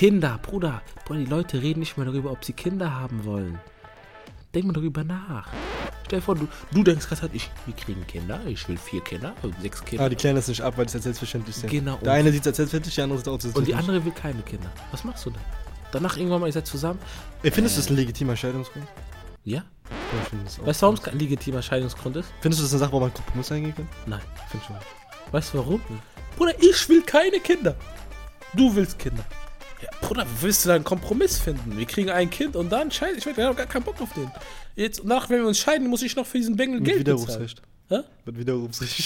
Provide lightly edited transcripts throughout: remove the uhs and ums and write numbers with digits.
Kinder, Bruder, die Leute reden nicht mehr darüber, ob sie Kinder haben wollen. Denk mal darüber nach. Stell dir vor, du denkst gerade, wir kriegen Kinder, ich will 4 Kinder, 6 Kinder. Die klären das nicht ab, weil das als selbstverständlich ist. Genau. Der eine sieht es als selbstverständlich, der andere sieht auch als selbstverständlich. Und die andere will keine Kinder. Was machst du dann? Danach irgendwann mal, ihr seid zusammen. Findest du das ein legitimer Scheidungsgrund? Ja. Ja, ich finde das auch. Weißt du, warum es kein legitimer Scheidungsgrund ist? Findest du das eine Sache, wo man Kompromiss eingehen kann? Nein. Finde ich schon. Weißt du warum? Bruder, ich will keine Kinder. Du willst Kinder. Ja, Bruder, willst du da einen Kompromiss finden? Wir kriegen ein Kind und dann scheiden. Ich habe gar keinen Bock auf den. Jetzt, nach, wenn wir uns scheiden, muss ich noch für diesen Bengel Geld bezahlen. Mit Widerrufsrecht.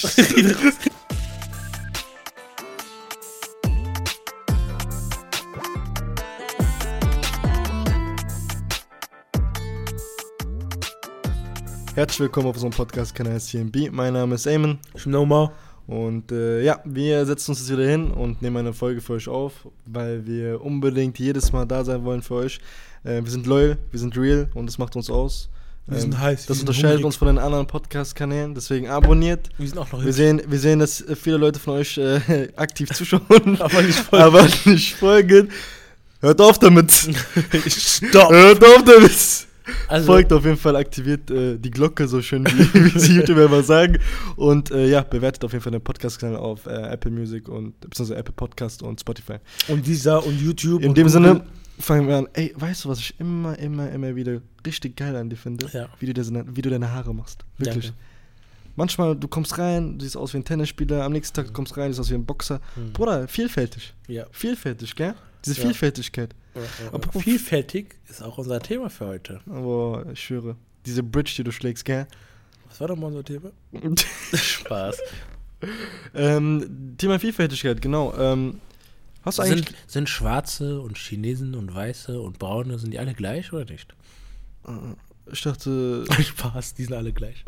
Herzlich willkommen auf unserem Podcast-Kanal CMB. Mein Name ist Eamon. Ich bin Omar. Und wir setzen uns jetzt wieder hin und nehmen eine Folge für euch auf, weil wir unbedingt jedes Mal da sein wollen für euch. Wir sind loyal, wir sind real und das macht uns aus. Wir sind heiß. Das unterscheidet uns von den anderen Podcast-Kanälen, deswegen abonniert. Wir sind auch noch wir sehen, dass viele Leute von euch aktiv zuschauen, aber nicht folgen. Hört auf damit. Stopp. Hört auf damit. Also, folgt auf jeden Fall, aktiviert die Glocke, so schön wie sie YouTuber immer sagen. Und bewertet auf jeden Fall den Podcast-Kanal auf Apple Music und beziehungsweise Apple Podcast und Spotify. Und dieser und YouTube. In dem Sinne fangen wir an. Ey, weißt du, was ich immer wieder richtig geil an dir finde? Ja. Wie du deine Haare machst. Wirklich. Danke. Manchmal, du kommst rein, du siehst aus wie ein Tennisspieler, am nächsten Tag kommst rein, du siehst aus wie ein Boxer. Bruder, vielfältig. Ja. Vielfältig, gell? Diese Vielfältigkeit. Aber vielfältig ist auch unser Thema für heute. Aber ich schwöre, diese Bridge, die du schlägst, gell? Was war doch mal unser Thema? Spaß. Thema Vielfältigkeit, genau. Hast du eigentlich... Sind Schwarze und Chinesen und Weiße und Braune, sind die alle gleich oder nicht? Ich dachte... Spaß, die sind alle gleich.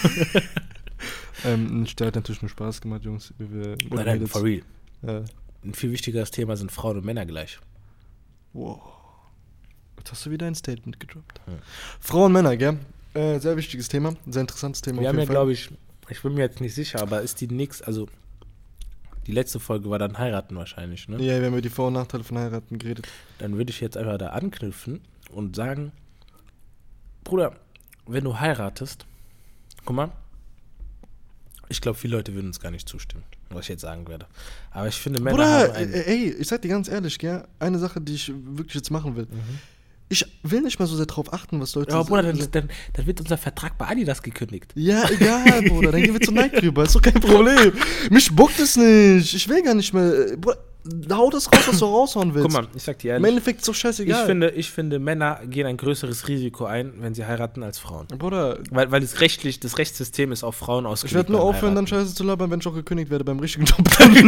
Der hat natürlich nur Spaß gemacht, Jungs. Nein, for real. Ja. Ein viel wichtigeres Thema sind Frauen und Männer gleich. Wow. Jetzt hast du wieder ein Statement gedroppt. Ja. Frauen und Männer, gell? Sehr wichtiges Thema, sehr interessantes Thema. Wir haben ja, glaube ich bin mir jetzt nicht sicher, aber ist die die letzte Folge war dann Heiraten wahrscheinlich, ne? Ja, wir haben über die Vor- und Nachteile von Heiraten geredet. Dann würde ich jetzt einfach da anknüpfen und sagen, Bruder, wenn du heiratest, guck mal, ich glaube, viele Leute würden uns gar nicht zustimmen, was ich jetzt sagen werde. Aber ich finde, Männer haben ich sag dir ganz ehrlich, gell, eine Sache, die ich wirklich jetzt machen will. Ich will nicht mal so sehr drauf achten, was Leute sagen. Aber Bruder, dann wird unser Vertrag bei Adidas gekündigt. Ja, egal, Bruder, dann gehen wir zur Nike rüber, ist doch kein Problem. Mich bockt es nicht, ich will gar nicht mehr. Bruder, hau das raus, was du raushauen willst. Guck mal, ich sag dir ehrlich. Im Endeffekt ist doch scheißegal. Ich finde, Männer gehen ein größeres Risiko ein, wenn sie heiraten, als Frauen. Bruder. Weil das Rechtssystem ist auf Frauen ausgelegt. Ich werde nur aufhören, dann Scheiße zu labern, wenn ich auch gekündigt werde beim richtigen Job.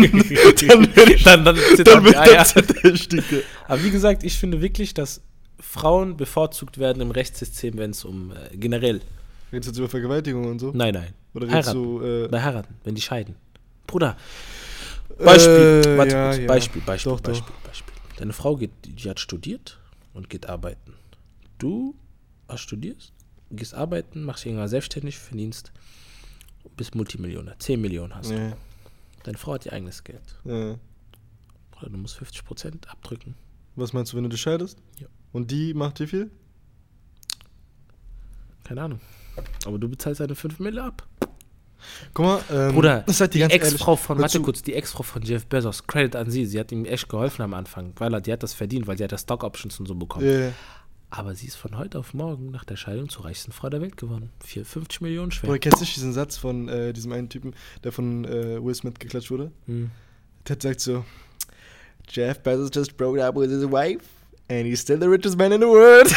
Dann wird das Aber wie gesagt, ich finde wirklich, dass Frauen bevorzugt werden im Rechtssystem, wenn es um generell. Redest du jetzt über Vergewaltigung und so? Nein. Oder heiraten. Bei heiraten, wenn die scheiden. Bruder. Beispiel. Beispiel. Deine Frau die hat studiert und geht arbeiten. Du studierst, gehst arbeiten, machst dich irgendwann selbstständig, verdienst, bist Multimillionär, 10 Millionen hast du. Deine Frau hat ihr eigenes Geld. Ja. Bruder, du musst 50% abdrücken. Was meinst du, wenn du dich scheidest? Ja. Und die macht wie viel? Keine Ahnung. Aber du bezahlst deine 5 Mille ab. Guck mal, Bruder, das hat die Ex-Frau von Jeff Bezos, Credit an sie hat ihm echt geholfen am Anfang, weil die hat das verdient, weil sie hat das Stock-Options und so bekommen. Yeah. Aber sie ist von heute auf morgen nach der Scheidung zur reichsten Frau der Welt geworden. 50 Millionen schwer. Bruder, kennst du diesen Satz von diesem einen Typen, der von Will Smith geklatscht wurde? Der sagt so, Jeff Bezos just broke up with his wife and he's still the richest man in the world.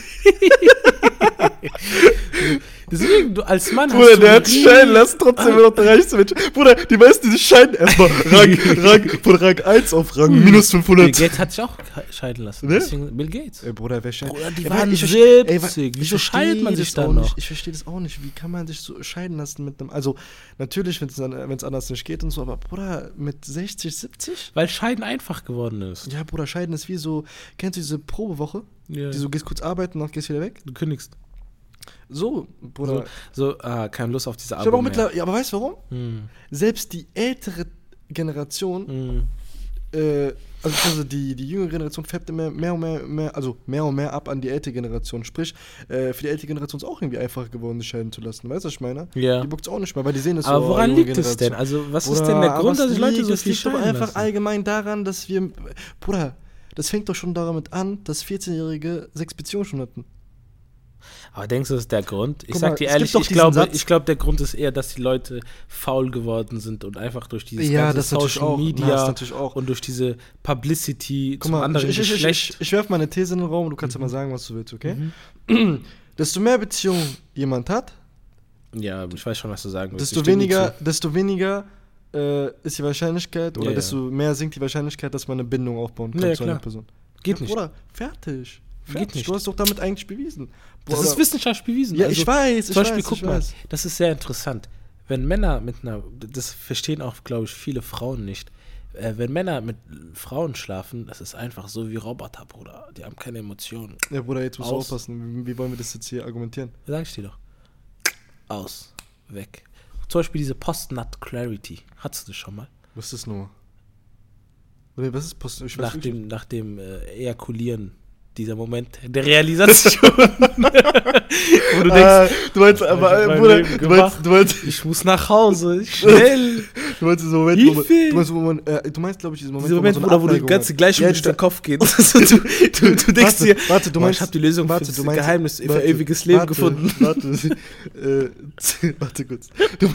Deswegen, du als Mann Bruder, der hat scheiden lassen, trotzdem immer noch der reichste Mensch. Bruder, die meisten, die scheiden erstmal von Rang 1 auf Rang minus 500. Bill Gates hat sich auch scheiden lassen. Ne? Deswegen Bill Gates. Bruder, wer scheidet? Bruder, die waren 70. Wieso scheidet man sich dann noch? Ich verstehe das auch nicht. Wie kann man sich so scheiden lassen mit einem... Also, natürlich, wenn es anders nicht geht und so, aber Bruder, mit 60, 70? Weil Scheiden einfach geworden ist. Ja, Bruder, Scheiden ist wie so... Kennst du diese Probewoche? Ja. Du gehst kurz arbeiten, dann gehst wieder weg? Du kündigst. So, Bruder. Keine Lust auf diese Arbeit. Ja, aber weißt du warum? Selbst die ältere Generation also die jüngere Generation färbt immer mehr und mehr ab an die ältere Generation. Sprich, für die ältere Generation ist auch irgendwie einfacher geworden, sich scheiden zu lassen. Weißt du, was ich meine? Ja. Die bockt es auch nicht mehr, weil die sehen das aber so. woran liegt es denn? Also, was ist denn der Grund, dass sich Leute so viel scheiden lassen? Es liegt doch einfach allgemein daran, dass wir, Bruder, das fängt doch schon damit an, dass 14-Jährige 6 Beziehungen schon hatten. Aber denkst du, das ist der Grund? Ich Guck sag mal, dir es ehrlich, gibt doch ich glaube, der Grund ist eher, dass die Leute faul geworden sind und einfach durch dieses ganze Social Media und durch diese Publicity zum anderen Geschlecht. Ich werfe mal eine These in den Raum und du kannst ja mal sagen, was du willst, okay? Desto mehr Beziehungen jemand hat, ja, ich weiß schon, was du sagen willst. desto weniger ist die Wahrscheinlichkeit oder desto mehr sinkt die Wahrscheinlichkeit, dass man eine Bindung aufbauen kann zu einer Person. Geht nicht. Oder fertig. Geht nicht. Du hast doch damit eigentlich bewiesen. Das ist wissenschaftlich bewiesen. Ja, also, ich weiß. Zum Beispiel, guck mal, das ist sehr interessant. Wenn Männer das verstehen auch, glaube ich, viele Frauen nicht. Wenn Männer mit Frauen schlafen, das ist einfach so wie Roboter, Bruder. Die haben keine Emotionen. Ja, Bruder, jetzt musst du aufpassen. Wie wollen wir das jetzt hier argumentieren? Sag ich dir doch. Aus. Weg. Zum Beispiel diese Post-Nut-Clarity. Hattest du das schon mal? Was ist das nur? Oder was ist Post? Ich weiß nach dem Ejakulieren. Dieser Moment der Realisation. Wo du denkst, du meinst aber, Bruder, du meinst, ich muss nach Hause, schnell. Du meinst diesen Moment, du meinst, glaube ich, diesen Moment, wo die ganze Gleichung durch den Kopf geht. Du denkst dir, warte, du meinst, ich habe die Lösung für das Geheimnis für ewiges Leben gefunden. Warte kurz.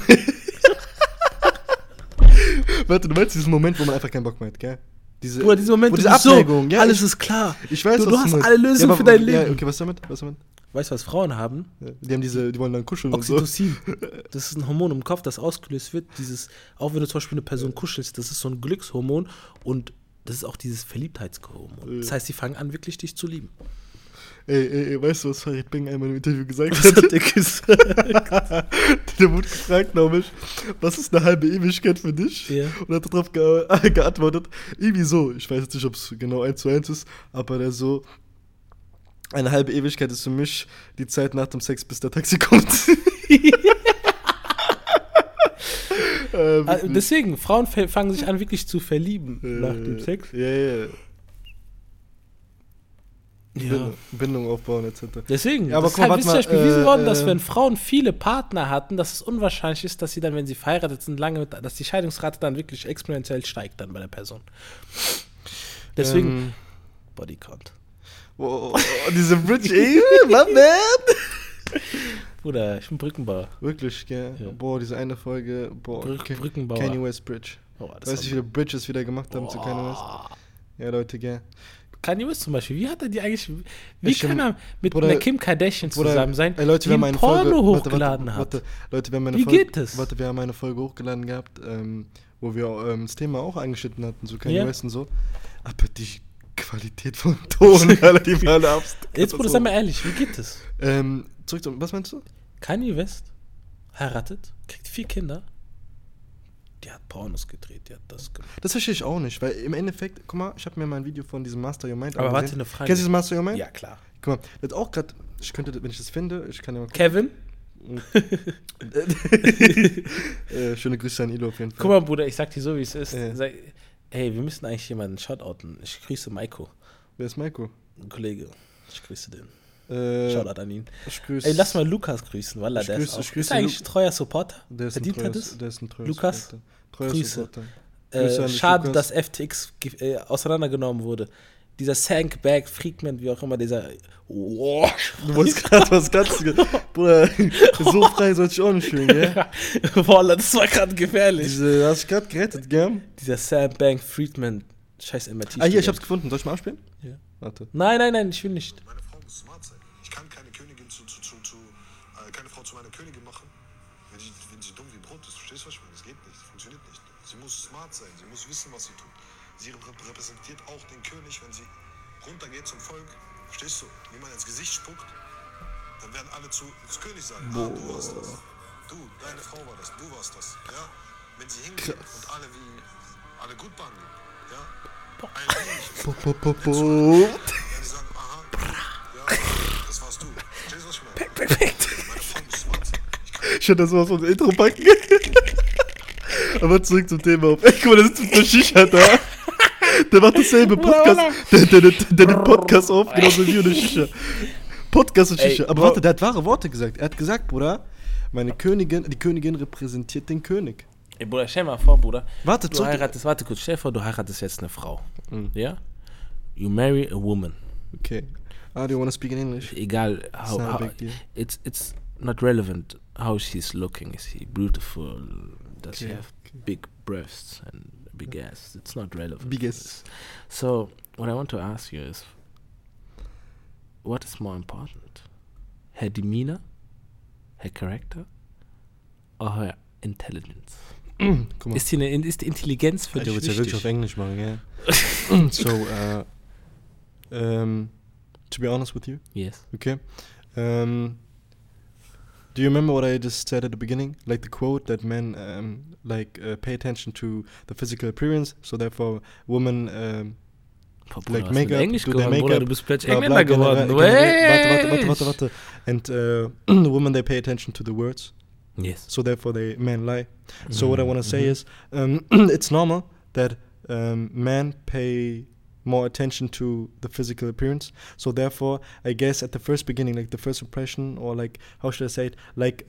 Du meinst diesen Moment, wo man einfach keinen Bock mehr hat, gell? Dieser Moment, diese Abneigung, ja, alles ist klar. Ich weiß, du hast alle Lösungen für dein Leben. Ja, okay, was damit? Weißt du, was Frauen haben? Ja, die wollen dann kuscheln Oxytocin. und so. Das ist ein Hormon im Kopf, das ausgelöst wird. Auch wenn du zum Beispiel eine Person kuschelst, das ist so ein Glückshormon und das ist auch dieses Verliebtheitshormon. Das heißt, sie fangen an, wirklich dich zu lieben. Ey, weißt du, was Farid Bang einmal im Interview gesagt hat? Was hat der gesagt? Der wurde gefragt, glaube ich, was ist eine halbe Ewigkeit für dich? Ja. Und hat darauf geantwortet, irgendwie so, ich weiß jetzt nicht, ob es genau 1:1 ist, aber der so, eine halbe Ewigkeit ist für mich die Zeit nach dem Sex, bis der Taxi kommt. Deswegen, Frauen fangen sich an, wirklich zu verlieben nach dem Sex. Ja. Bindung aufbauen etc. Deswegen, ja, aber das ist halt wissenschaftlich bewiesen worden, dass wenn Frauen viele Partner hatten, dass es unwahrscheinlich ist, dass sie dann, wenn sie verheiratet sind, dass die Scheidungsrate dann wirklich exponentiell steigt dann bei der Person. Deswegen Bodycount. Oh, diese Bridge, my man! Bruder, ich bin Brückenbauer. Wirklich, gell? Ja. Boah, diese eine Folge, Brückenbauer. Kanye West Bridge. Weißt du, wie viele Bridges wieder gemacht haben zu Kanye West? Ja, Leute, gell? Kanye West zum Beispiel, wie hat er die eigentlich, kann er mit einer Kim Kardashian zusammen sein, Leute, die ein Porno hochgeladen hat? Leute, wie geht das? Wir haben eine Folge hochgeladen gehabt, wo wir das Thema auch angeschnitten hatten, so Kanye West und so. Aber die Qualität von Ton, Alter, die waren abst. Jetzt, Bruder, sag mal ehrlich, wie geht das? Zurück zu, was meinst du? Kanye West heiratet, kriegt 4 Kinder. Die hat Pornos gedreht, die hat das gemacht. Das verstehe ich auch nicht, weil im Endeffekt, guck mal, ich habe mir mal ein Video von diesem Master Your Mind angesehen. Aber warte, eine Frage. Kennst du dieses Master Your Mind? Ja, klar. Guck mal, das auch gerade, ich könnte, wenn ich das finde, ich kann ja mal gucken. Kevin? Schöne Grüße an Ilo auf jeden Fall. Guck mal, Bruder, ich sag dir so, wie es ist. Hey, wir müssen eigentlich jemanden shoutouten. Ich grüße Maiko. Wer ist Maiko? Ein Kollege. Ich grüße den. Shoutout an ihn. Ich grüße. Ey, lass mal Lukas grüßen, weil der ist eigentlich ein treuer Supporter. Der ist ein treuer Lukas, Supporter. Grüße. Schade, Lukas. dass FTX auseinandergenommen wurde. Dieser Sankbag, Friedman, wie auch immer, dieser. Oh, du wolltest gerade was ganz. Bruder, so frei soll ich auch nicht fühlen, gell? Wallah, das war gerade gefährlich. Du hast dich gerade gerettet, gell? Dieser Sankbag, Friedman, scheiß MRT. Hier, ich hab's gefunden. Soll ich mal abspielen? Ja. Warte. Nein, ich will nicht. Meine Frau muss smart sein. Ich kann keine Königin keine Frau zu meiner Königin machen, wenn sie dumm wie Brot ist. Verstehst du, was ich meine? Das geht nicht, das funktioniert nicht. Sie muss smart sein, sie muss wissen, was sie tut. Sie repräsentiert auch den König, wenn sie runtergeht zum Volk. Verstehst du? Wie man ins Gesicht spuckt, dann werden alle zu König sagen, du warst das. Du, deine Frau war das, du warst das. Ja? Wenn sie hingeht und alle gut behandelt, ja? Werden sie sagen, aha, ja, das warst du. Verstehst du, was ich meine? Meine Frau muss smart sein. Ich hätte das mal so ein Intro packen. Aber zurück zum Thema. Ey, guck mal, da sitzt ein Shisha da. Der macht dasselbe Podcast. Der nimmt Podcast auf, genauso wie eine Shisha. Podcast und Shisha. Aber warte, der hat wahre Worte gesagt. Er hat gesagt, Bruder, die Königin repräsentiert den König. Ey, Bruder, stell mal vor, Bruder. Warte kurz, stell dir vor, du heiratest jetzt eine Frau. Ja? You marry a woman. Okay. Do you want to speak in English? Egal, how it's not relevant how she's looking. Is she beautiful? Does she have big breasts and big ass? It's not relevant. Big ass. So, what I want to ask you is, what is more important? Her demeanor, her character, or her intelligence? Ist die Intelligenz für dich wichtig? Ich würde es wirklich auf Englisch machen, ja. So, to be honest with you? Yes. Okay. Do you remember what I just said at the beginning? Like the quote that men pay attention to the physical appearance, so therefore women like makeup, do their makeup. Du bist plötzlich Engländer geworden. Warte. And women, they pay attention to the words. Yes. So therefore men lie. So what I want to say is, it's normal that men pay more attention to the physical appearance. So therefore, I guess at the first beginning, like the first impression, or like, how should I say it? Like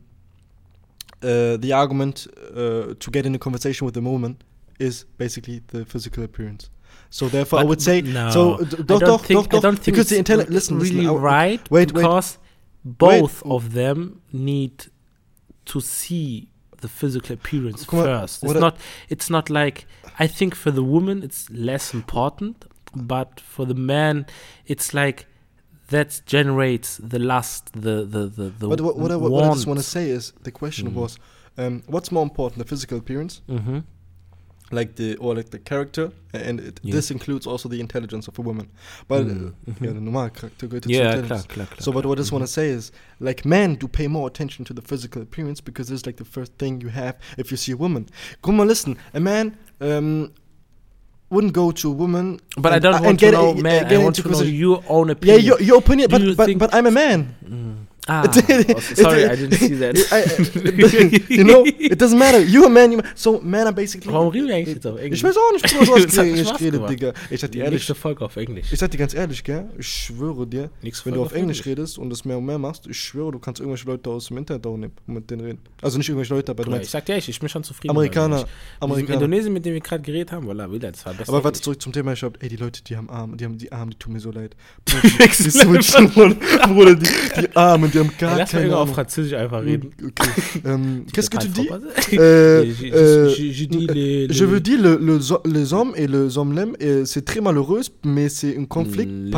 the argument to get in a conversation with a woman is basically the physical appearance. So therefore, I would say, no, so I don't think because the listen, right? Because both of them need to see the physical appearance first. It's not like, I think for the woman it's less important, but for the man it's like that generates the lust, the But what I just want to say is, the question was, what's more important, the physical appearance, like the character, and this includes also the intelligence of a woman. But the normal character gehört zu intelligence. Klar. So, but what I just want to say is, like, men do pay more attention to the physical appearance because it's like the first thing you have if you see a woman. Come on, listen, a man wouldn't go to a woman. But I don't want to know, man. I want to know your own opinion. Yeah, your opinion. But I'm a man. Sorry, I didn't see that. You know, it doesn't matter. You're a man. So men are basically. Warum reden wir eigentlich jetzt auf Englisch? Ich weiß auch nicht, du hast Englisch geredet, Digga. Ich sag dir ehrlich. Nächste Folge auf Englisch. Ich sag dir ganz ehrlich, gell? Ich schwöre dir, wenn du auf Englisch redest und das mehr und mehr machst, ich schwöre, du kannst irgendwelche Leute aus dem Internet auch nehmen und mit denen reden. Also nicht irgendwelche Leute, aber du meinst. Ich sag dir ehrlich, ich bin schon zufrieden. Amerikaner. Indonesien, mit dem wir gerade geredet haben, voilà, das war besser. Aber warte, zurück zum Thema. Ich hab, die Leute, die haben Arme, die tun mir so leid. Bruder, die Armen, die haben gar keine. Auf Französisch einfach reden. Okay. Qu'est-ce que tu dis? Je veux dire les hommes et les hommes l'aiment et c'est très malheureux, mais c'est un conflit par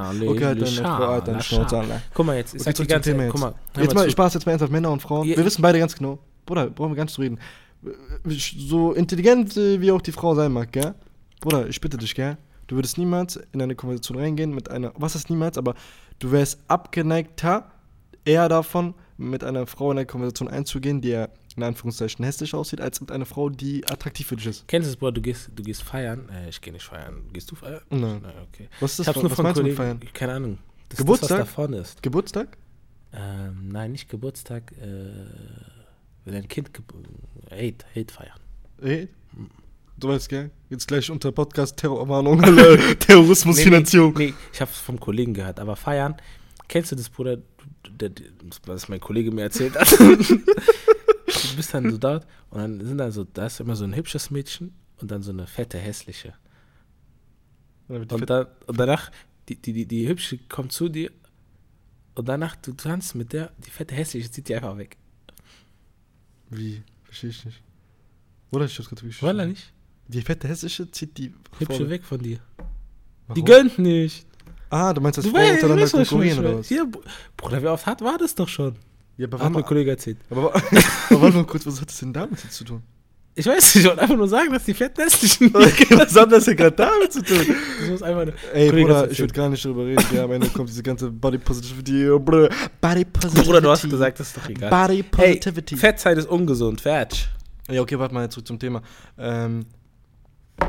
Guck mal, jetzt, ich sag die ganze Zeit, guck mal. Jetzt mal Spaß, jetzt mal ernsthaft, Männer und Frauen. Wir wissen beide ganz genau, Bruder, brauchen wir gar nicht zu reden. So intelligent wie auch die Frau sein mag, gell? Bruder, ich bitte dich, gell? Du würdest niemals in eine Konversation reingehen mit einer, was ist niemals, aber du wärst abgeneigter eher davon, mit einer Frau in eine Konversation einzugehen, die ja in Anführungszeichen hässlich aussieht, als mit einer Frau, die attraktiv für dich ist. Kennst du das, Bruder, du gehst feiern? Ich gehe nicht feiern. Gehst du feiern? Nein. Okay. Was ist das? Ich hab's nur von Kollegen. Feiern? Keine Ahnung. Das Geburtstag? Ist das, was da vorne ist. Geburtstag? Nein, nicht Geburtstag. Wenn ein Kind Hate feiern. Hate? Du weißt, gell? Jetzt gleich unter Podcast Terrorwarnung, Terrorismusfinanzierung. Nee, ich hab's vom Kollegen gehört, aber feiern. Kennst du das, Bruder, was mein Kollege mir erzählt hat? Du bist dann so dort und dann sind da ist immer so ein hübsches Mädchen und dann so eine fette, hässliche. Und danach, die hübsche kommt zu dir und danach, du tanzt mit der, die fette, hässliche zieht die einfach weg. Wie? Verstehe ich nicht. Oder ich das gerade wirklich? Wollen nicht? Die fette, hässliche zieht die hübsche weg von dir. Warum? Die gönnt nicht. Ah, du meinst, dass Frauen untereinander konkurrieren oder was? Ja, Bruder, wie oft war das doch schon? Ja, aber hat mein Kollege erzählt. Aber warte mal kurz, was hat das denn damit zu tun? Ich weiß nicht, ich wollte einfach nur sagen, dass die fett hässlichen. Okay, was hat das denn gerade damit zu tun? Das muss einfach Ey, Bruder, ich würde gar nicht darüber reden. Ja, am Ende kommt diese ganze Body Positivity. Bruder, du hast gesagt, das ist doch egal. Body Positivity. Hey, Fettzeit ist ungesund, fertig. Ja, okay, warte mal, zurück zum Thema.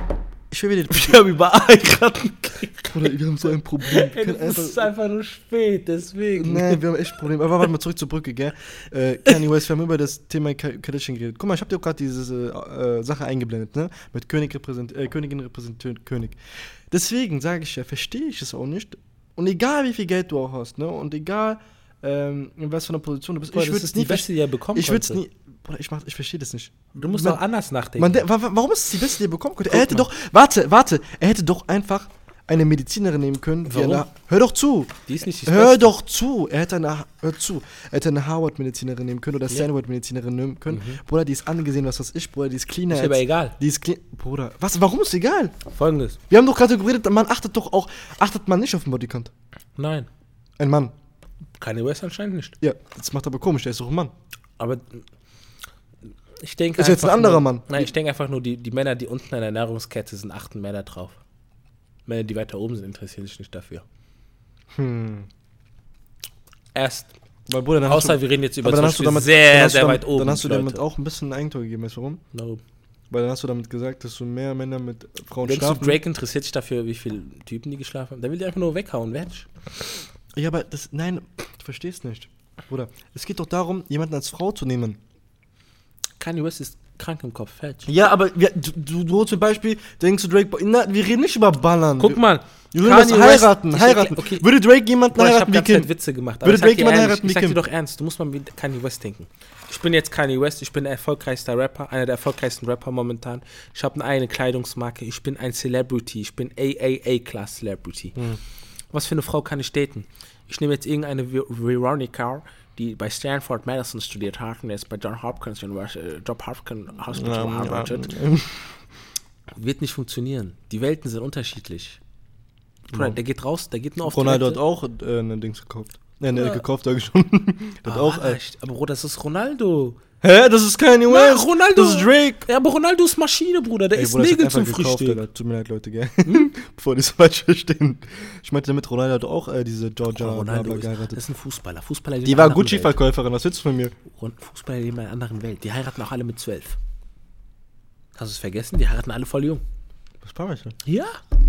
Ich will wieder. Wir haben über heiraten. Oder wir haben so ein Problem. Es ist einfach nur spät, deswegen. Nein, wir haben echt ein Problem. Aber warte mal zurück zur Brücke, gell? Kanye West, wir haben über das Thema Kardashian geredet. Guck mal, ich hab dir auch gerade diese Sache eingeblendet, ne? Mit Königin repräsentiert König. Deswegen sage ich ja, verstehe ich es auch nicht. Und egal wie viel Geld du auch hast, ne? Und egal in was für einer Position du bist, Boah, ich würde es nie Beste, die er bekommen ich würde es nie. Bruder, ich verstehe das nicht. Du musst auch anders nachdenken. Warum ist es die Beste, die er bekommen könnte? Er hätte doch. Warte, er hätte doch einfach eine Medizinerin nehmen können. Warum? Hör doch zu. Die ist nicht die Hör Beste. doch zu. Er hätte eine Harvard-Medizinerin nehmen können oder Stanford-Medizinerin nehmen können. Bruder, die ist angesehen, was weiß ich, Bruder, die ist cleaner. Ist aber egal. Die ist clean. Bruder, warum ist egal? Folgendes. Wir haben doch gerade geredet, achtet man nicht auf den Bodycount. Nein. Ein Mann. Kanye West anscheinend nicht. Ja, das macht aber komisch, der ist doch ein Mann. Aber ich denke Ist jetzt ein anderer Mann. Nein, ich denke einfach nur, die Männer, die unten an der Nahrungskette sind, achten mehr da drauf. Männer, die weiter oben sind, interessieren sich nicht dafür. Erst. Weil, Bruder, außer wir reden jetzt über sehr weit oben. Dann hast du damit auch ein bisschen ein Eigentor gegeben, weißt du warum? No. Weil dann hast du damit gesagt, dass du mehr Männer mit Frauen Denkst schlafen. du, Drake interessiert sich dafür, wie viele Typen die geschlafen haben? Der will die einfach nur weghauen, fertig. Ja, aber nein, du verstehst nicht. Bruder, es geht doch darum, jemanden als Frau zu nehmen. Kanye West ist krank im Kopf, fertig. Ja, aber du zum Beispiel, denkst du Drake, wir reden nicht über Ballern. Guck mal. Wir würden das heiraten. Okay. Würde Drake jemanden heiraten wie Kim? Ich habe Witze gemacht. Würde Drake jemanden heiraten wie Kim? Ich sag dir doch ernst, du musst mal mit Kanye West denken. Ich bin jetzt Kanye West, ich bin der erfolgreichste Rapper, einer der erfolgreichsten Rapper momentan. Ich habe eine Kleidungsmarke, ich bin ein Celebrity, ich bin AAA-Class Celebrity. Was für eine Frau kann ich daten? Ich nehme jetzt irgendeine Veronica, die bei Stanford Madison studiert hat und jetzt bei Johns Hopkins Hospital arbeitet. Wird nicht funktionieren. Die Welten sind unterschiedlich. Bruder, der geht raus, der geht nur auf Ronaldo hat auch ein Dings gekauft. Gekauft, sag ich schon. Aber Bruder, das ist Ronaldo. Hä? Das ist Kanye West. Ronaldo. Das ist Drake. Ja, aber Ronaldo ist Maschine, Bruder. Der isst Nägel zum Frühstück. Tut mir leid, Leute, gell? Bevor die es falsch verstehen. Ich meinte damit, Ronaldo hat auch diese Georgia Ronaldo geheiratet. Das ist ein Fußballer. Die war Gucci-Verkäuferin, was willst du von mir? Fußballer leben in einer anderen Welt. Die heiraten auch alle mit 12. Hast du es vergessen? Die heiraten alle voll jung. Was war das? Ja.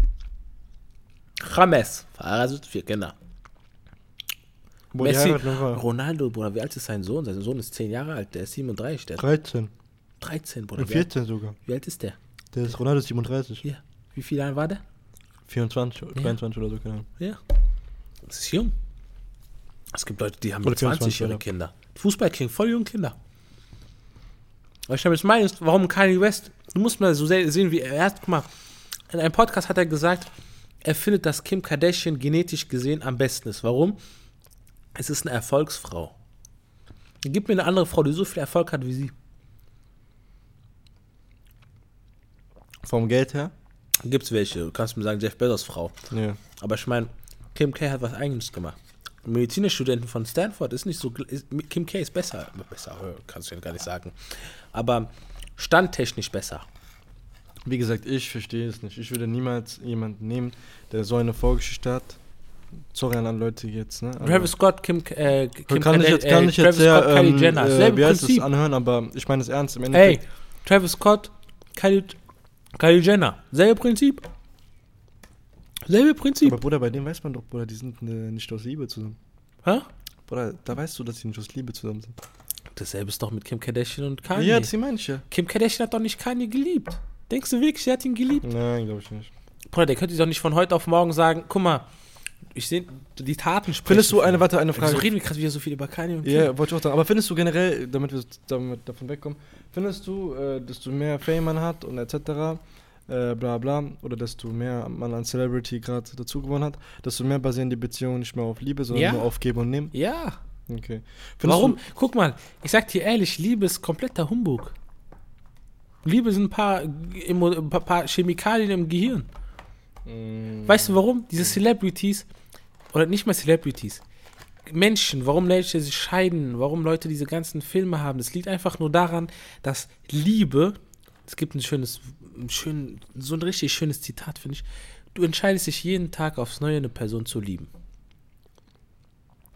James, verheiratet, 4 Kinder. Messi, Ronaldo, Bruder, wie alt ist sein Sohn? Sein Sohn ist 10 Jahre alt, der ist 37. Der 13. 13, Bruder. Und 14 sogar. Wie alt ist der? Der ist Ronaldo 37. Ja. Wie viele Jahre war der? 24, 23 oder so, keine Ahnung. Ja. Das ist jung. Es gibt Leute, die haben mit 20 ihre Kinder. Fußball kriegen voll junge Kinder. Was ich damit meine, ist, warum Kanye West? Du musst mal so sehen, wie er hat. Guck mal, in einem Podcast hat er gesagt, er findet, dass Kim Kardashian genetisch gesehen am besten ist. Warum? Es ist eine Erfolgsfrau. Gib mir eine andere Frau, die so viel Erfolg hat wie sie. Vom Geld her? Gibt's welche. Du kannst mir sagen, Jeff Bezos Frau. Ja. Aber ich meine, Kim K. hat was Eigenes gemacht. Medizinstudenten von Stanford ist nicht so. Kim K. ist besser. Besser, kannst du ja gar nicht sagen. Aber standtechnisch besser. Wie gesagt, ich verstehe es nicht. Ich würde niemals jemanden nehmen, der so eine Vorgeschichte hat. Sorry an alle Leute jetzt, ne? Travis Scott, Kim kann ich jetzt sehr, Kylie Jenner. Selbe wie heißt Prinzip. es anhören, aber ich meine es ernst im Endeffekt. Hey, Travis Scott, Kylie Jenner. Selbe Prinzip. Selbe Prinzip. Aber Bruder, bei dem weiß man doch, Bruder, die sind nicht aus Liebe zusammen. Hä? Bruder, da weißt du, dass die nicht aus Liebe zusammen sind. Dasselbe ist doch mit Kim Kardashian und Kanye. Ja, das meine ich ja. Kim Kardashian hat doch nicht Kanye geliebt. Denkst du wirklich, sie hat ihn geliebt? Nein, glaube ich nicht. Bruder, der könnte doch nicht von heute auf morgen sagen, guck mal, ich sehe, die Taten sprechen. Findest du eine Frage? Wieso reden wir gerade wieder so viel über Kanye und Kim? Ja, wollte ich auch sagen. Aber findest du generell, damit wir davon wegkommen, findest du, dass du mehr Fame man hat und etc., bla bla, oder dass du mehr man an Celebrity gerade dazu gewonnen hat, dass du mehr basieren die Beziehungen nicht mehr auf Liebe, sondern nur auf Geben und Nehmen? Ja. Okay. Warum? Guck mal, ich sag dir ehrlich, Liebe ist kompletter Humbug. Liebe sind ein paar Chemikalien im Gehirn. Weißt du warum? Diese Celebrities, oder nicht mal Celebrities, Menschen, warum Leute sich scheiden, warum Leute diese ganzen Filme haben, das liegt einfach nur daran, dass Liebe, es gibt so ein richtig schönes Zitat, finde ich, du entscheidest dich jeden Tag aufs Neue, eine Person zu lieben.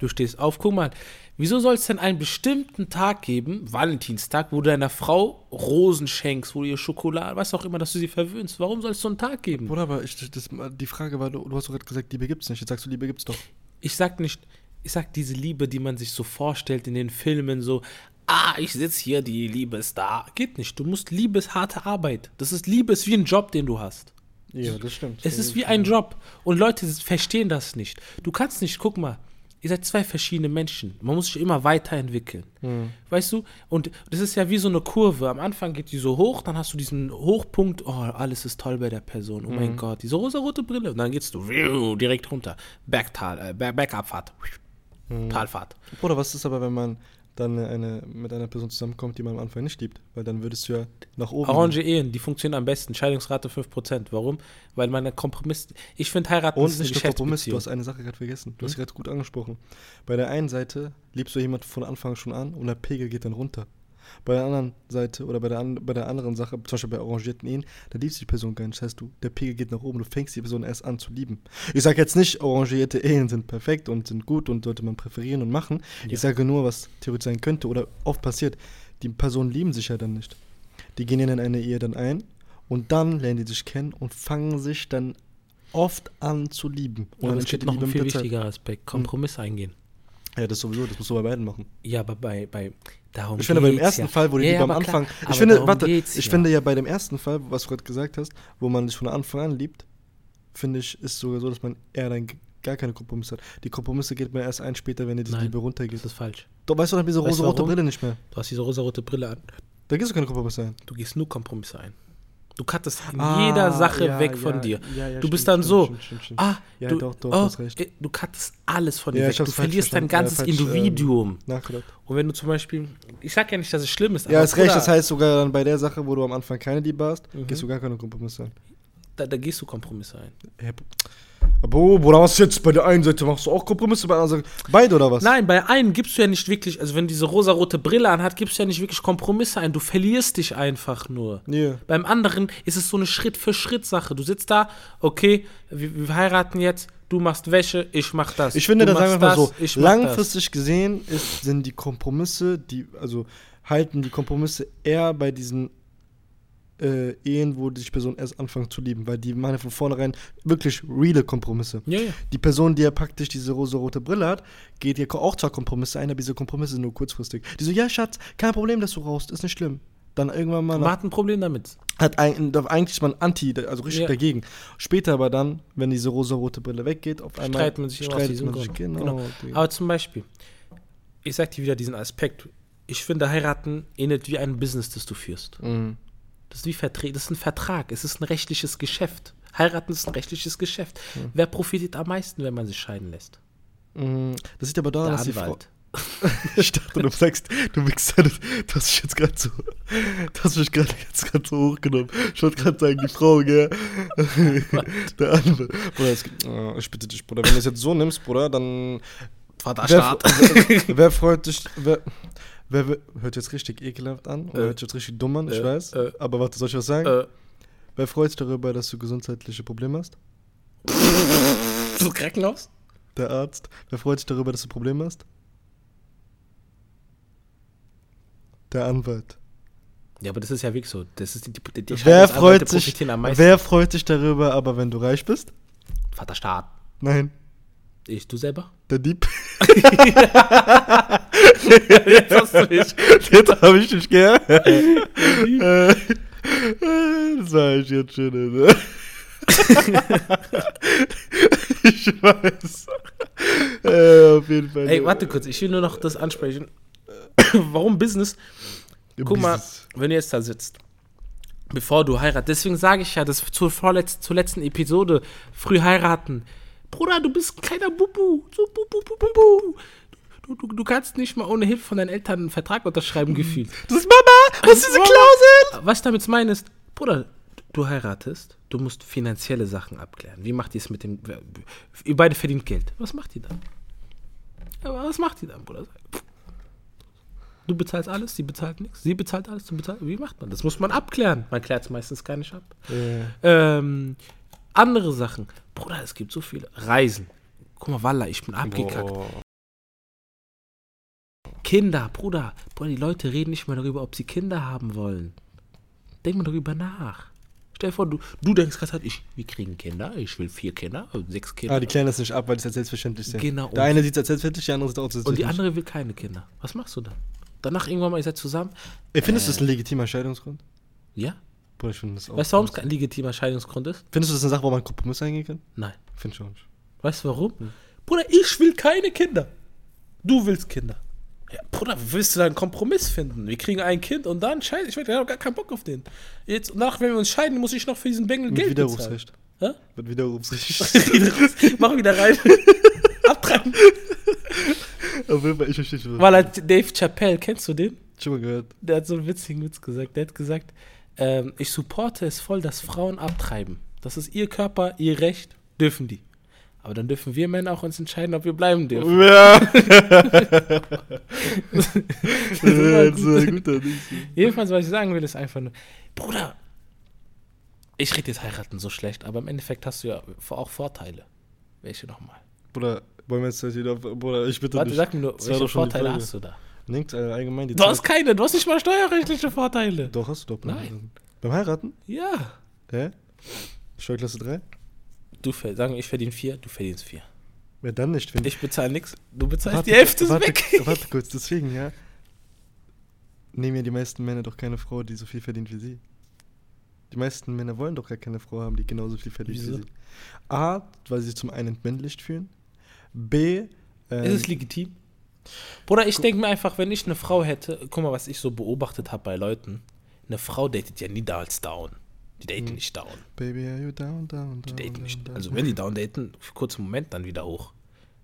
Du stehst auf, guck mal, wieso soll es denn einen bestimmten Tag geben, Valentinstag, wo du deiner Frau Rosen schenkst, wo du ihr Schokolade, was auch immer, dass du sie verwöhnst? Warum soll es so einen Tag geben? Bruder, aber die Frage war, du hast doch gerade gesagt, Liebe gibt's nicht. Jetzt sagst du, Liebe gibt's doch. Ich sag diese Liebe, die man sich so vorstellt in den Filmen, so, ich sitze hier, die Liebe ist da. Geht nicht. Du musst, Liebe ist harte Arbeit. Liebe ist wie ein Job, den du hast. Ja, das stimmt. Es ist wie ein Job. Und Leute verstehen das nicht. Du kannst nicht, guck mal, ihr seid zwei verschiedene Menschen. Man muss sich immer weiterentwickeln. Weißt du? Und das ist ja wie so eine Kurve. Am Anfang geht die so hoch, dann hast du diesen Hochpunkt, alles ist toll bei der Person. Oh mein Gott, diese rosa-rote Brille. Und dann gehst du direkt runter. Bergabfahrt. Talfahrt. Bruder, was ist aber, wenn man dann mit einer Person zusammenkommt, die man am Anfang nicht liebt? Weil dann würdest du ja nach oben... Arrange Ehen, die funktionieren am besten. Scheidungsrate 5%. Warum? Weil man einen Kompromiss... Ich finde, heiraten und ist nicht nur Kompromiss, du hast eine Sache gerade vergessen. Du hast gerade gut angesprochen. Bei der einen Seite liebst du jemanden von Anfang schon an und der Pegel geht dann runter. Bei der anderen Seite oder bei der anderen Sache, zum Beispiel bei arrangierten Ehen, da liebst du die Person gar nicht. Das heißt, der Pegel geht nach oben, du fängst die Person erst an zu lieben. Ich sage jetzt nicht, arrangierte Ehen sind perfekt und sind gut und sollte man präferieren und machen. Ja. Ich sage nur, was theoretisch sein könnte oder oft passiert. Die Personen lieben sich ja dann nicht. Die gehen in eine Ehe dann ein und dann lernen die sich kennen und fangen sich dann oft an zu lieben. Und dann entsteht noch ein viel wichtiger Aspekt, Kompromiss eingehen. Ja, das sowieso, das musst du bei beiden machen. Ja, aber darum ich finde, beim ersten Fall, wo die Liebe am Anfang... Ich finde ja bei dem ersten Fall, was du gerade gesagt hast, wo man sich von Anfang an liebt, finde ich, ist sogar so, dass man eher dann gar keine Kompromisse hat. Die Kompromisse geht man erst ein später, wenn die Liebe runtergeht. Das ist falsch. Doch, weißt du, dann diese rosa-rote Brille nicht mehr. Du hast diese rosa-rote Brille an. Da gehst du keine Kompromisse ein. Du gehst nur Kompromisse ein. Du cuttest in jeder Sache weg von dir. Du bist dann so, du hast recht. Du cuttest alles von dir weg. Du verlierst dein ganzes Individuum. Und wenn du zum Beispiel, ich sag ja nicht, dass es schlimm ist. Ja, hast recht, das heißt sogar dann bei der Sache, wo du am Anfang keine Liebe hast, gehst du gar keine Kompromisse ein. Da gehst du Kompromisse ein. Aber Bruder, was jetzt bei der einen Seite machst du auch Kompromisse, bei der anderen Seite beide oder was? Nein, bei einem gibst du ja nicht wirklich, also wenn diese rosa-rote Brille anhat, gibst du ja nicht wirklich Kompromisse ein, du verlierst dich einfach nur. Yeah. Beim anderen ist es so eine Schritt-für-Schritt-Sache. Du sitzt da, okay, wir heiraten jetzt, du machst Wäsche, ich mach das. Ich finde, da sagen wir mal so, langfristig gesehen sind die Kompromisse, halten die Kompromisse eher bei diesen Ehen, wo die Person erst anfängt zu lieben, weil die machen ja von vornherein wirklich reale Kompromisse. Ja. Die Person, die ja praktisch diese rosa-rote Brille hat, geht ja auch zwar Kompromisse ein, aber diese Kompromisse sind nur kurzfristig. Die so, ja Schatz, kein Problem, dass du rauchst, ist nicht schlimm. Dann irgendwann mal... Man hat ein Problem damit. Eigentlich man richtig dagegen. Später aber dann, wenn diese rosa-rote Brille weggeht, auf einmal streitet man sich. Genau. Aber zum Beispiel, ich sag dir wieder diesen Aspekt, ich finde, heiraten ähnelt wie ein Business, das du führst. Mhm. Das ist wie das ist ein Vertrag, es ist ein rechtliches Geschäft. Heiraten ist ein rechtliches Geschäft. Wer profitiert am meisten, wenn man sich scheiden lässt? Das sieht aber daran, dass die Frau... Anwalt. Ich dachte, du sagst, du Wichser, du hast mich jetzt gerade so hochgenommen. Ich wollte gerade sagen, die Frau, gell? Der Anwalt. Bruder, ich bitte dich, Bruder, wenn du es jetzt so nimmst, Bruder, dann... Vaterstaat. Wer freut dich... Wer hört jetzt richtig ekelhaft an oder hört jetzt richtig dumm an, ich weiß. Aber warte, soll ich was sagen? Wer freut sich darüber, dass du gesundheitliche Probleme hast? Das Krankenhaus? Der Arzt. Wer freut sich darüber, dass du Probleme hast? Der Anwalt. Ja, aber das ist ja wirklich so. Das ist die wer freut sich darüber, aber wenn du reich bist? Vaterstaat. Nein. Du selber? Der Dieb. Jetzt hast du mich. Jetzt habe ich dich, gell? Das war echt jetzt schön, ne? Ich weiß. Auf jeden Fall. Ey, warte kurz, ich will nur noch das ansprechen. Warum Business? Guck mal, wenn du jetzt da sitzt, bevor du heiratest, deswegen sage ich ja, das zur letzten Episode, früh heiraten. Bruder, du bist ein kleiner Bubu. So Bubu. Du kannst nicht mal ohne Hilfe von deinen Eltern einen Vertrag unterschreiben, gefühlt. Das ist Mama! Was ist diese Klausel? Was ich damit meine ist, Bruder, du heiratest, du musst finanzielle Sachen abklären. Wie macht ihr es mit dem... Ihr beide verdient Geld. Was macht ihr dann? Aber was macht ihr dann, Bruder? Du bezahlst alles, sie bezahlt nichts. Sie bezahlt alles, du bezahlst... Wie macht man das? Muss man abklären. Man klärt es meistens gar nicht ab. Andere Sachen. Bruder, es gibt so viele. Reisen. Guck mal, Wallah, ich bin abgekackt. Kinder, Bruder, die Leute reden nicht mehr darüber, ob sie Kinder haben wollen. Denk mal darüber nach. Stell dir vor, du denkst gerade, wir kriegen Kinder, ich will 4 Kinder, 6 Kinder. Die klären das nicht ab, weil das als selbstverständlich ist. Genau. Der eine sieht es als selbstverständlich, der andere sieht auch als selbstverständlich. Und die andere will keine Kinder. Was machst du dann? Danach irgendwann mal, ihr seid zusammen. Findest du das ein legitimer Scheidungsgrund? Ja. Bruder, ich finde das auch. Weißt du, warum es kein legitimer Scheidungsgrund ist? Findest du das eine Sache, wo man einen Kompromiss eingehen kann? Nein. Finde ich auch nicht. Weißt du warum? Bruder, ich will keine Kinder. Du willst Kinder. Ja, Bruder, willst du da einen Kompromiss finden? Wir kriegen ein Kind und dann scheiße, ich habe gar keinen Bock auf den. Jetzt, nach, wenn wir uns scheiden, muss ich noch für diesen Bengel Geld bezahlen. Mit Widerrufsrecht. Mach wieder rein. Abtreiben. Auf jeden Fall, ich verstehe schon. Weil Dave Chappelle, kennst du den? Schon mal gehört. Der hat so einen witzigen Witz gesagt. Der hat gesagt, ich supporte es voll, dass Frauen abtreiben. Das ist ihr Körper, ihr Recht, dürfen die. Aber dann dürfen wir Männer auch uns entscheiden, ob wir bleiben dürfen. Ja. Das ist gut. Jedenfalls, was ich sagen will, ist einfach nur, Bruder, ich rede jetzt heiraten so schlecht, aber im Endeffekt hast du ja auch Vorteile. Welche nochmal? Bruder, wollen wir jetzt wieder, Bruder, ich bitte dich. Sag mir nur, welche Vorteile hast du da? Nichts, allgemein die Du hast keine, du hast nicht mal steuerrechtliche Vorteile. Doch, hast du doch. Nein. Beim Heiraten? Ja. Hä? Steuerklasse 3? Sagen wir, ich verdiene 4, du verdienst 4. Ja, dann nicht. Ich bezahle nichts, du bezahlst die Hälfte weg. Warte kurz, deswegen, ja. Nehmen ja die meisten Männer doch keine Frau, die so viel verdient wie sie. Die meisten Männer wollen doch gar keine Frau haben, die genauso viel verdient wie sie. A, weil sie sich zum einen entmännlicht fühlen. B, ist es legitim? Bruder, ich denke mir einfach, wenn ich eine Frau hätte, guck mal, was ich so beobachtet habe bei Leuten, eine Frau datet ja nie down. Die daten nicht down. Baby, are you down? Die daten nicht. Also wenn die down daten, für einen kurzen Moment dann wieder hoch.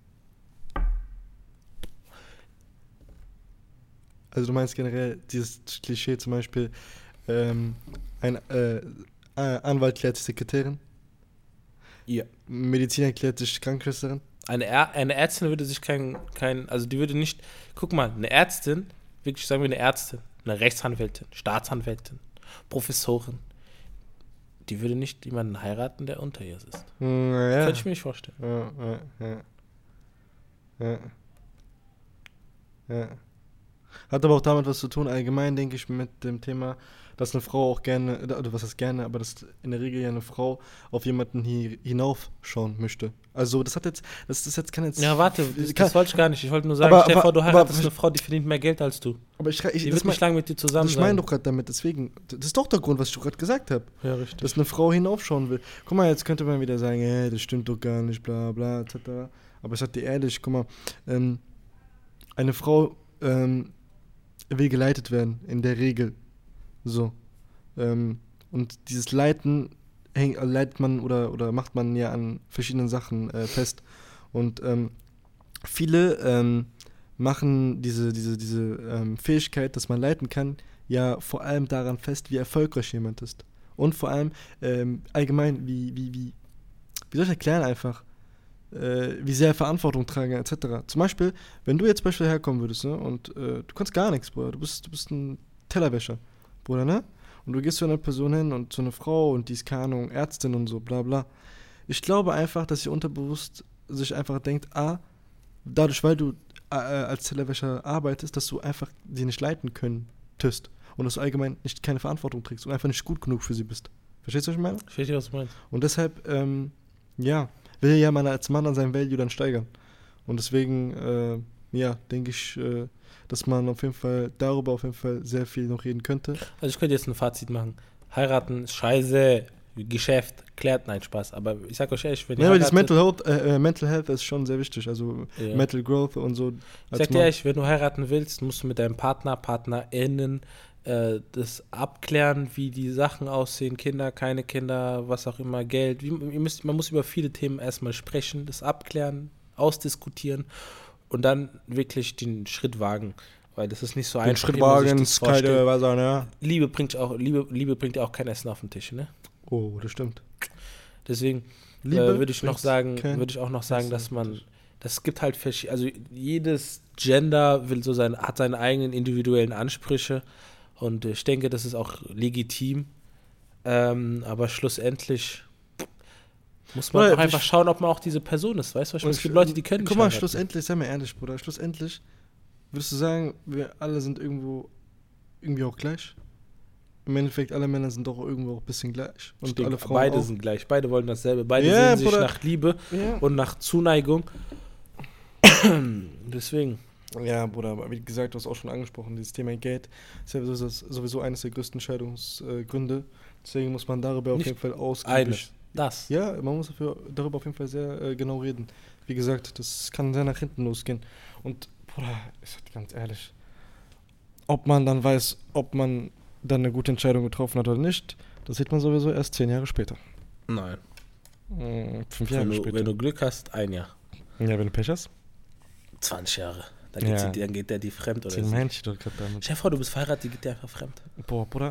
Also du meinst generell dieses Klischee zum Beispiel, ein Anwalt klärt sich Sekretärin? Ja. Mediziner klärt sich Krankenschwesterin? Eine Ärztin würde sich also die würde nicht, guck mal, eine Ärztin, wirklich sagen wir eine Ärztin, eine Rechtsanwältin, Staatsanwältin, Professorin, die würde nicht jemanden heiraten, der unter ihr ist. Ja. Könnte ich mir nicht vorstellen. Ja. Hat aber auch damit was zu tun, allgemein denke ich mit dem Thema, dass eine Frau auch gerne, oder was heißt gerne, aber dass in der Regel ja eine Frau auf jemanden hinaufschauen möchte. Also das kann jetzt... Ja, warte, das wollte ich gar nicht. Ich wollte nur sagen, stell dir vor, du heiratest eine Frau, die verdient mehr Geld als du. Aber die wird nicht lange mit dir zusammen sein. Ich meine doch gerade damit, deswegen, das ist doch der Grund, was ich gerade gesagt habe. Ja, richtig. Dass eine Frau hinaufschauen will. Guck mal, jetzt könnte man wieder sagen, das stimmt doch gar nicht, bla bla, etc. Aber ich sag dir ehrlich, guck mal, eine Frau will geleitet werden, in der Regel. So. Und dieses Leiten leitet man oder macht man ja an verschiedenen Sachen fest. Und viele machen diese Fähigkeit, dass man leiten kann, ja vor allem daran fest, wie erfolgreich jemand ist. Und vor allem allgemein, wie soll ich erklären einfach, wie sehr Verantwortung tragen, etc. Zum Beispiel, wenn du jetzt beispielsweise herkommen würdest, ne, und du kannst gar nichts, Bruder, du bist ein Tellerwäscher, Bruder, ne? Und du gehst zu einer Person hin und zu einer Frau und die ist, keine Ahnung, Ärztin und so, bla bla. Ich glaube einfach, dass sie unterbewusst sich einfach denkt, dadurch, weil du als Tellerwäscher arbeitest, dass du einfach sie nicht leiten könntest und dass du allgemein keine Verantwortung trägst und einfach nicht gut genug für sie bist. Verstehst du, was ich meine? Ich verstehe, was du meinst. Und deshalb, will ja man als Mann an seinem Value dann steigern. Und deswegen, denke ich, dass man darüber auf jeden Fall sehr viel noch reden könnte. Also ich könnte jetzt ein Fazit machen. Heiraten ist scheiße, Geschäft, klärt, nein, Spaß. Aber ich sag euch ehrlich, wenn ihr heiratet... Mental Health ist schon sehr wichtig, also Mental Growth und so. Ich sag dir ehrlich, wenn du heiraten willst, musst du mit deinem PartnerInnen das abklären, wie die Sachen aussehen, Kinder, keine Kinder, was auch immer, Geld. Man muss über viele Themen erstmal sprechen, das abklären, ausdiskutieren und dann wirklich den Schritt wagen, weil das ist nicht so einfach. Den Schritt wagen ist keine Wasser, ne? Liebe bringt ja auch kein Essen auf den Tisch, ne? Oh, das stimmt. Deswegen würde ich auch noch sagen, dass man, das gibt halt also jedes Gender hat seine eigenen individuellen Ansprüche. Und ich denke, das ist auch legitim. Aber schlussendlich muss man auch einfach schauen, ob man auch diese Person ist. Weißt du, es gibt Leute, die können nicht. Guck mal, schlussendlich, sei mal ehrlich, Bruder, schlussendlich Würdest du sagen, wir alle sind irgendwie auch gleich? Im Endeffekt, alle Männer sind doch irgendwo auch ein bisschen gleich. Und alle Frauen beide auch. Sind gleich. Beide wollen dasselbe. Beide sehen sich nach Liebe und nach Zuneigung. Deswegen. Ja, Bruder, aber wie gesagt, du hast auch schon angesprochen, dieses Thema Geld ist ja sowieso eines der größten Scheidungsgründe. Deswegen muss man darüber auf jeden Fall ausgiebig... Das. Ja, man muss darüber auf jeden Fall sehr genau reden. Wie gesagt, das kann sehr nach hinten losgehen. Und, Bruder, ich sag dir ganz ehrlich, ob man dann weiß, ob man dann eine gute Entscheidung getroffen hat oder nicht, das sieht man sowieso erst 10 Jahre später. Nein. 5 Jahre später. Wenn du Glück hast, 1 Jahr. Ja, wenn du Pech hast? 20 Jahre. Dann geht der die fremd oder so. Stell dir vor, du bist verheiratet, die geht dir einfach fremd. Boah, Bruder.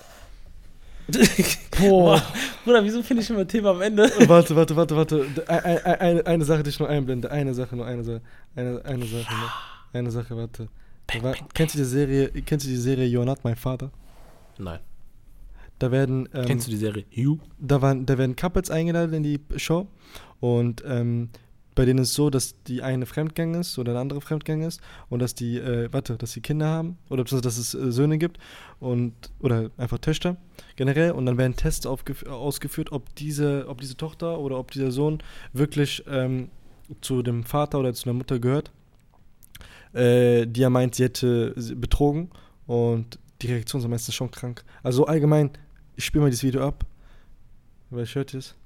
Bruder, wieso finde ich immer Thema am Ende? Warte. Eine Sache, die ich nur einblende. Eine Sache, warte. Kennst du die Serie You're Not My Father? Nein. Da werden... Kennst du die Serie You? Da werden Couples eingeladen in die Show und bei denen ist es so, dass die eine fremdgegangen ist oder der andere fremdgegangen ist und dass die, dass sie Kinder haben oder dass es Söhne gibt oder einfach Töchter generell und dann werden Tests ausgeführt, ob diese Tochter oder ob dieser Sohn wirklich zu dem Vater oder zu der Mutter gehört, die er meint, sie hätte betrogen und die Reaktion ist meistens schon krank. Also allgemein, ich spiele mal dieses Video ab, weil ich hört es.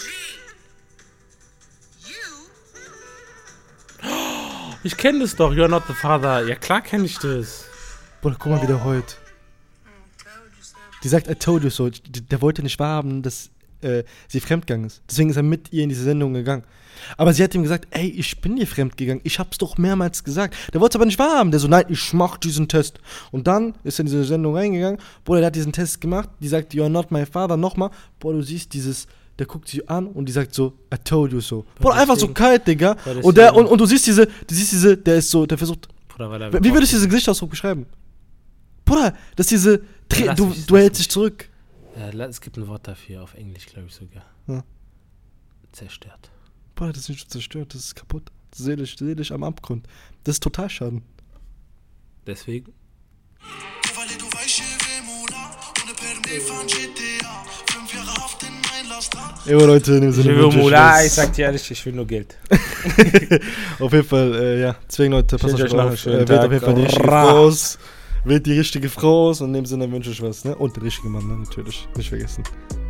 Ich kenne das doch, You're Not the Father. Ja, klar kenne ich das. Boah, guck mal, wie der heult. Die sagt, I told you so. Der wollte nicht wahrhaben, dass sie fremdgegangen ist. Deswegen ist er mit ihr in diese Sendung gegangen. Aber sie hat ihm gesagt, ey, ich bin dir fremdgegangen. Ich hab's doch mehrmals gesagt. Der wollte es aber nicht wahrhaben. Der so, nein, ich mach diesen Test. Und dann ist er in diese Sendung reingegangen. Boah, der hat diesen Test gemacht. Die sagt, You're not my father. Nochmal. Boah, du siehst der guckt sie an und die sagt so, I told you so. Boah, einfach so kalt, Digga. Und du siehst diese, der ist so, der versucht. Bruder, wie würdest du diesen Gesichtsausdruck beschreiben? Bruder, das ist diese, du hältst dich zurück. Ja, es gibt ein Wort dafür, auf Englisch, glaube ich sogar. Ja. Zerstört. Bruder, das ist nicht zerstört, das ist kaputt. Seelisch am Abgrund. Das ist total Schaden. Deswegen? Jo Leute, in dem Sinne ich sag dir ehrlich, ich will nur Geld. Auf jeden Fall, deswegen Leute, passt euch auf. Wählt auf jeden Fall die richtige Frau aus. Wählt die richtige Frau aus und in dem Sinne wünsche ich was, ne? Und der richtige Mann, ne? Natürlich, nicht vergessen.